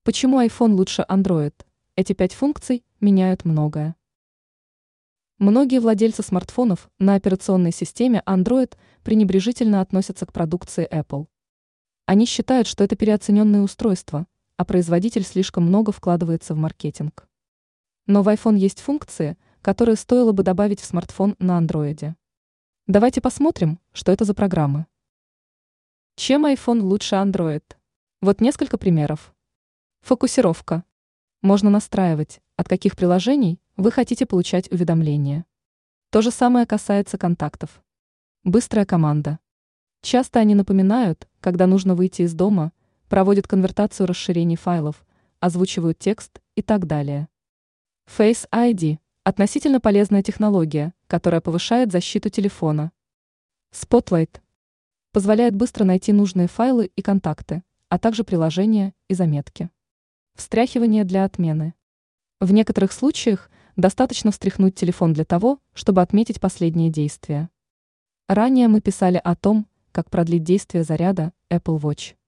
Почему iPhone лучше Android? Эти 5 функций меняют многое. Многие владельцы смартфонов на операционной системе Android пренебрежительно относятся к продукции Apple. Они считают, что это переоцененные устройства, а производитель слишком много вкладывается в маркетинг. Но в iPhone есть функции, которые стоило бы добавить в смартфон на Android. Давайте посмотрим, что это за программы. Чем iPhone лучше Android? Вот несколько примеров. Фокусировка. Можно настраивать, от каких приложений вы хотите получать уведомления. То же самое касается контактов. Быстрая команда. Часто они напоминают, когда нужно выйти из дома, проводят конвертацию расширений файлов, озвучивают текст и так далее. Face ID – относительно полезная технология, которая повышает защиту телефона. Spotlight – позволяет быстро найти нужные файлы и контакты, а также приложения и заметки. Встряхивание для отмены. В некоторых случаях достаточно встряхнуть телефон для того, чтобы отметить последние действия. Ранее мы писали о том, как продлить действие заряда Apple Watch.